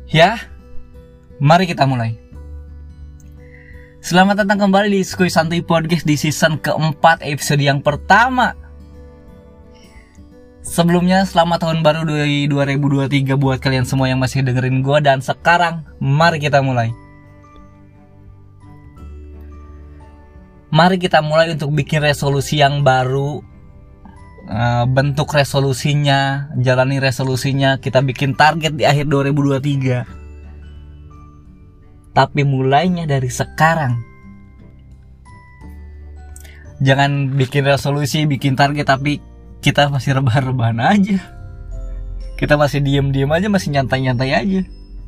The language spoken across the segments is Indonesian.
Ya, mari kita mulai. Selamat datang kembali di Skuy Santuy Podcast di season keempat, episode yang pertama. Sebelumnya selamat tahun baru 2023 buat kalian semua yang masih dengerin gue. Dan sekarang mari kita mulai. Mari kita mulai untuk bikin resolusi yang baru. Bentuk resolusinya, jalani resolusinya, kita bikin target di akhir 2023. Tapi mulainya dari sekarang. Jangan bikin resolusi, bikin target tapi kita masih rebahan-rebahan aja. Kita masih diem-diem aja, masih nyantai-nyantai aja.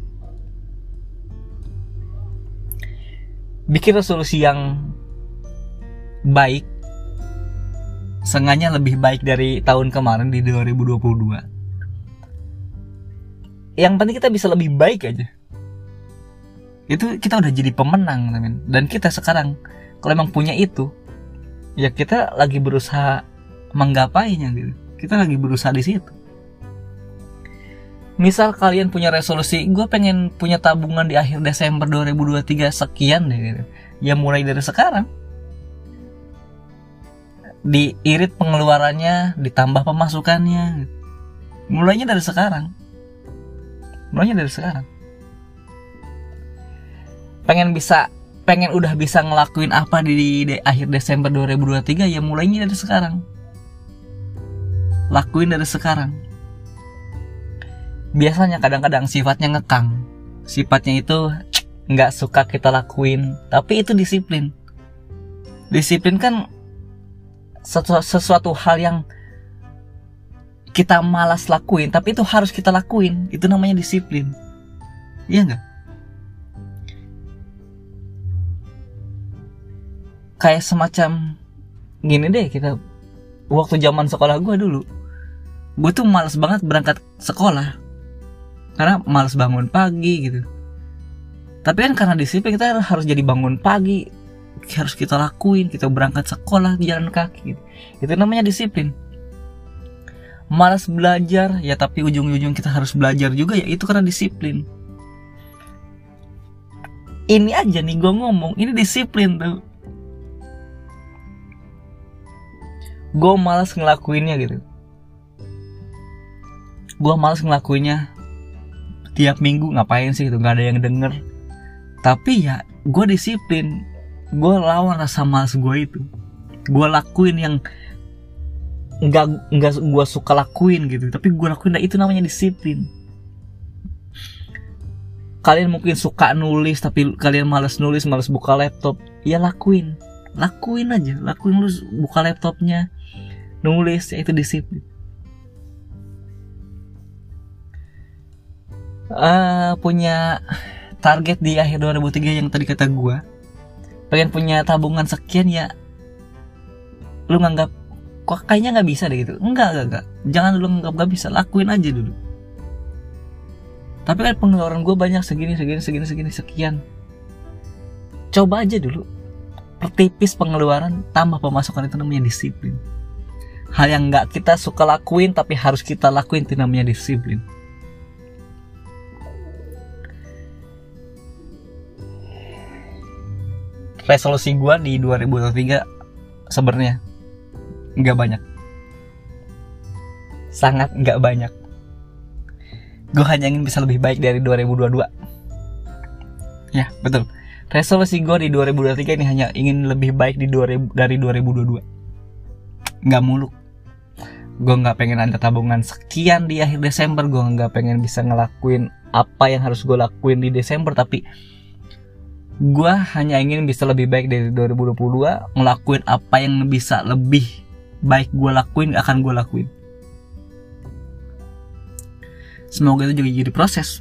Bikin resolusi yang baik, seenggaknya lebih baik dari tahun kemarin di 2022. Yang penting kita bisa lebih baik aja. Itu kita udah jadi pemenang, teman. Dan kita sekarang kalau emang punya itu, ya kita lagi berusaha menggapainya gitu. Kita lagi berusaha di situ. Misal kalian punya resolusi, gue pengen punya tabungan di akhir Desember 2023 sekian deh gitu. Ya mulai dari sekarang. Diirit pengeluarannya, ditambah pemasukannya. Mulainya dari sekarang. Pengen udah bisa ngelakuin apa di akhir Desember 2023, ya mulainya dari sekarang. Lakuin dari sekarang. Biasanya kadang-kadang sifatnya ngekang. Sifatnya itu gak suka kita lakuin, tapi itu disiplin. Disiplin kan sesuatu hal yang kita malas lakuin, tapi itu harus kita lakuin. Itu namanya disiplin. Iya gak? Kayak semacam gini deh, kita waktu zaman sekolah gue dulu, gue tuh malas banget berangkat sekolah karena malas bangun pagi gitu. Tapi kan karena disiplin, kita harus jadi bangun pagi, harus kita lakuin, kita berangkat sekolah jalan kaki gitu. Itu namanya disiplin. Malas belajar ya, tapi ujung-ujung kita harus belajar juga, ya itu karena disiplin. Ini aja nih gue ngomong, ini disiplin tuh. Gue malas ngelakuinnya gitu. Gue malas ngelakuinnya. Tiap minggu ngapain sih gitu, gak ada yang denger. Tapi ya gue disiplin. Gue lawan rasa malas gue itu. Gue lakuin yang Gak gue suka lakuin gitu, tapi gue lakuin. Nah, itu namanya disiplin. Kalian mungkin suka nulis, tapi kalian malas nulis, malas buka laptop. Ya lakuin aja. Lakuin, lu buka laptopnya, nulis, ya itu disiplin. Punya target di akhir 2003 yang tadi kata gue, pengen punya tabungan sekian, ya lu nganggap kok kayaknya gak bisa deh gitu. Enggak. Jangan dulu nganggap gak bisa, lakuin aja dulu. Tapi kan pengeluaran gue banyak, segini sekian. Coba aja dulu. Pertipis pengeluaran, tambah pemasukan, itu namanya disiplin. Hal yang gak kita suka lakuin tapi harus kita lakuin, itu namanya disiplin. Resolusi gue di 2023 sebenarnya gak banyak. Sangat gak banyak. Gue hanya ingin bisa lebih baik dari 2022. Ya betul, resolusi gue di 2023 ini hanya ingin lebih baik dari 2022. Gak muluk. Gue gak pengen ada tabungan sekian di akhir Desember. Gue gak pengen bisa ngelakuin apa yang harus gue lakuin di Desember. Tapi gue hanya ingin bisa lebih baik dari 2022. Ngelakuin apa yang bisa lebih baik gue lakuin, akan gue lakuin. Semoga itu juga jadi proses.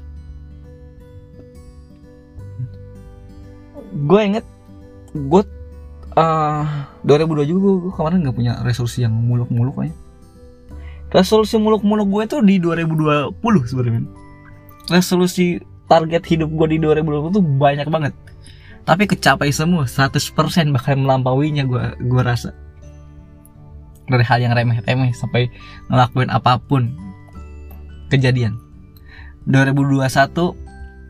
Gue inget, gue 2002 juga gue kemarin gak punya resolusi yang muluk-muluk aja. Resolusi muluk-muluk gue tuh di 2020 sebenarnya. Resolusi target hidup gue di 2020 tuh banyak banget. Tapi kecapai semua, 100%, bahkan melampauinya gue rasa. Dari hal yang remeh-temeh sampai ngelakuin apapun. Kejadian 2021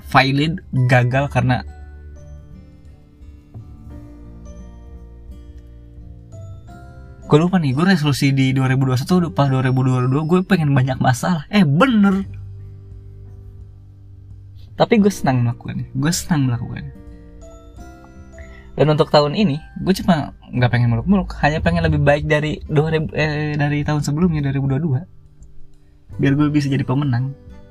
valid, gagal karena gue lupa nih, gue resolusi di 2021 pas 2022 gue pengen banyak masalah. Bener. Tapi gue senang melakukannya. Dan untuk tahun ini gue cuma nggak pengen muluk-muluk, hanya pengen lebih baik dari dari tahun sebelumnya 2022, biar gue bisa jadi pemenang.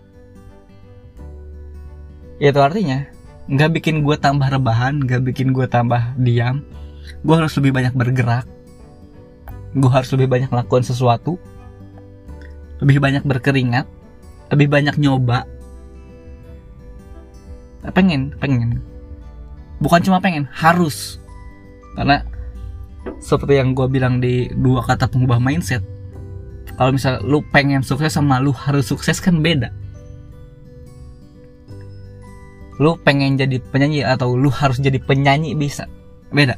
Itu artinya nggak bikin gue tambah rebahan, nggak bikin gue tambah diam. Gue harus lebih banyak bergerak, gue harus lebih banyak lakukan sesuatu, lebih banyak berkeringat, lebih banyak nyoba. Pengen bukan cuma pengen, harus. Karena seperti yang gue bilang di 2 kata pengubah mindset, kalau misal lu pengen sukses sama lu harus sukses kan beda. Lu pengen jadi penyanyi atau lu harus jadi penyanyi bisa, beda.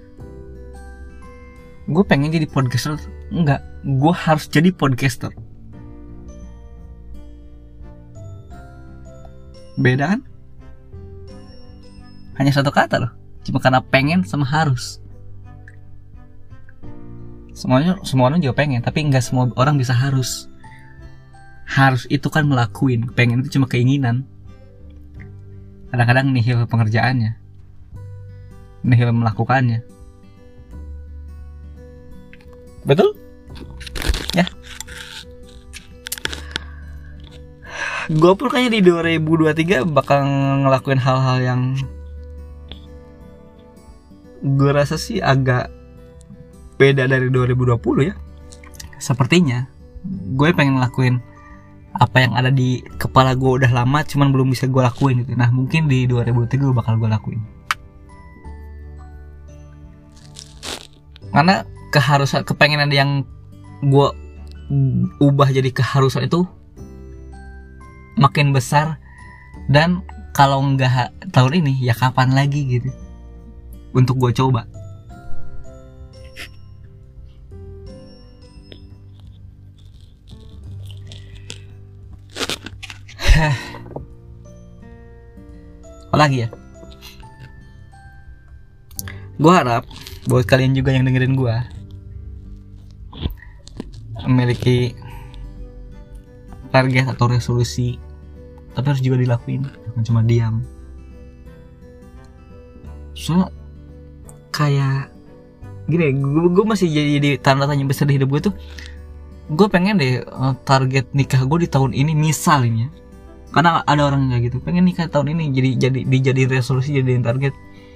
Gue pengen jadi podcaster, enggak, gue harus jadi podcaster, beda kan? Hanya satu kata loh, cuma karena pengen sama harus. Semua orang juga pengen, tapi nggak semua orang bisa harus. Harus itu kan melakuin, pengen itu cuma keinginan. Kadang-kadang nihil pengerjaannya, nihil melakukannya. Betul? Ya. Gue pun kayaknya di 2023 bakal ngelakuin hal-hal yang gue rasa sih agak beda dari 2020 ya. Sepertinya gue pengen ngelakuin apa yang ada di kepala gue udah lama, cuman belum bisa gue lakuin gitu. Nah mungkin di 2023 gue bakal gue lakuin. Karena keharusan, kepengenan yang gue ubah jadi keharusan itu makin besar. Dan kalau nggak tahun ini ya kapan lagi gitu untuk gue coba. Apalagi ya, gue harap buat kalian juga yang dengerin gue memiliki target atau resolusi, tapi harus juga dilakuin, jangan cuma diam. So kayak gini, gue masih jadi tanda tanya besar di hidup gue tuh. Gue pengen deh target nikah gue di tahun ini misalnya, karena ada orang kayak gitu, pengen nikah tahun ini, dijadiin resolusi, jadiin target.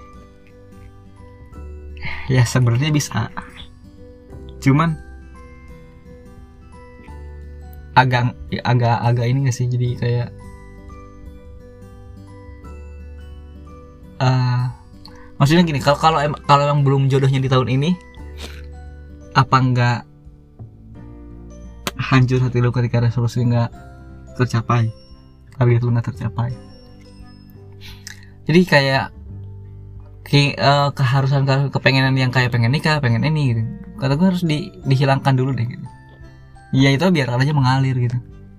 Ya sebenarnya bisa, cuman agak ini nggak sih, jadi kayak maksudnya gini, kalau emang belum jodohnya di tahun ini, apa nggak hancur hati lu ketika resolusi nggak tercapai, target lu nggak tercapai? Jadi kayak keharusan, kepengenan yang kayak pengen nikah, pengen ini gitu, kata gue harus dihilangkan dulu deh gitu. Ya itu biar aja mengalir gitu.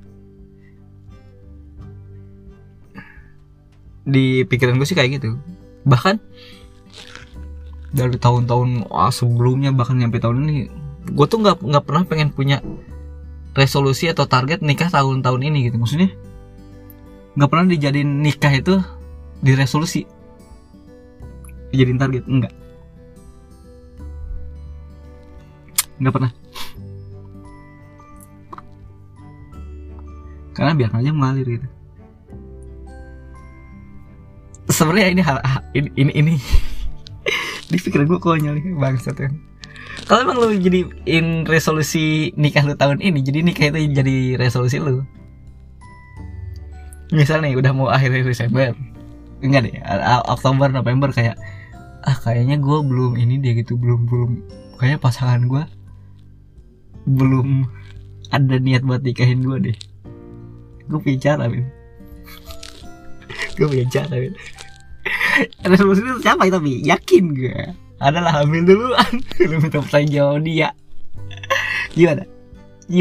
Di pikiran gue sih kayak gitu. Bahkan dari tahun-tahun sebelumnya, bahkan sampai tahun ini, gue tuh nggak pernah pengen punya resolusi atau target nikah tahun-tahun ini gitu. Maksudnya nggak pernah dijadiin nikah itu di resolusi, dijadiin target, nggak pernah. Karena biar aja mengalir gitu. Sebenarnya ini di pikiran gue konyol bangsat ya. Kalau emang lu jadiin resolusi nikah lu tahun ini, jadi nikah itu jadi resolusi lu. Misal nih udah mau akhir Desember, enggak deh, Oktober, November, kayak kayaknya gue belum ini dia gitu, belum kayak pasangan gue belum ada niat buat nikahin gue deh. Gue punya cara, Ben. Resolusi itu siapa tapi yakin gue adalah hamil duluan. Lu minta pertanyaan jawab dia. Gimana?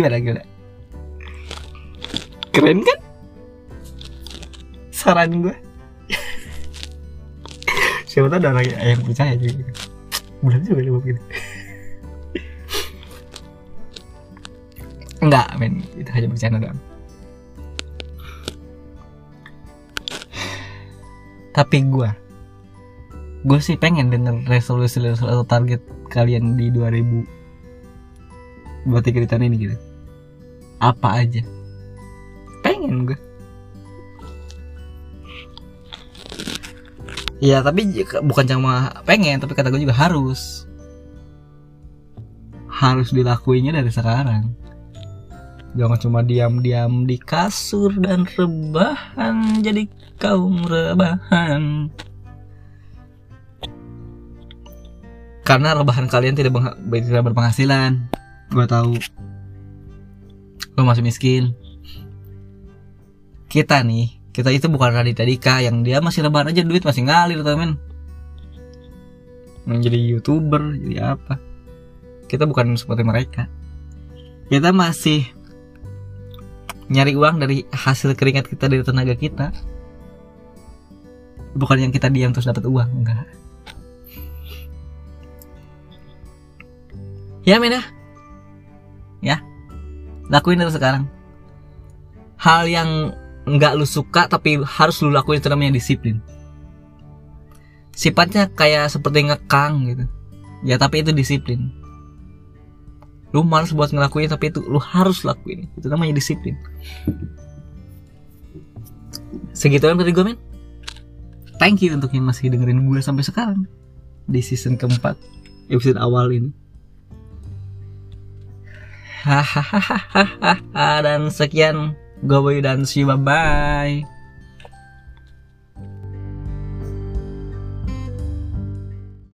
Keren kan saran gue? Siapa tahu ada orang yang percaya juga. Benar juga dia begitu. Enggak, men, itu hanya bercanda doang. Tapi gue sih pengen denger resolusi atau target kalian di 2023 di tahun ini gitu. Apa aja? Pengen gue. Ya tapi bukan cuma pengen, tapi kata gue juga harus dilakuinnya dari sekarang. Jangan cuma diam-diam di kasur dan rebahan jadi kaum rebahan. Karena rebahan kalian tidak berpenghasilan. Gue tahu lo masih miskin. Kita itu bukan Raditya Dika yang dia masih rebahan aja duit masih ngalir temen. Menjadi YouTuber, jadi apa? Kita bukan seperti mereka. Kita masih nyari uang dari hasil keringat kita, dari tenaga kita. Bukan yang kita diam terus dapat uang, enggak. Ya men ya. Lakuin dari sekarang. Hal yang nggak lu suka tapi harus lu lakuin itu namanya disiplin. Sifatnya kayak seperti ngekang gitu. Ya tapi itu disiplin. Lu malas buat ngelakuin tapi itu lu harus lakuin. Itu namanya disiplin. Segituan dari gue men. Thank you untuk yang masih dengerin gue sampai sekarang di season keempat, episode awal ini. Hahaha. Dan sekian, gue Boy dan see you, bye bye.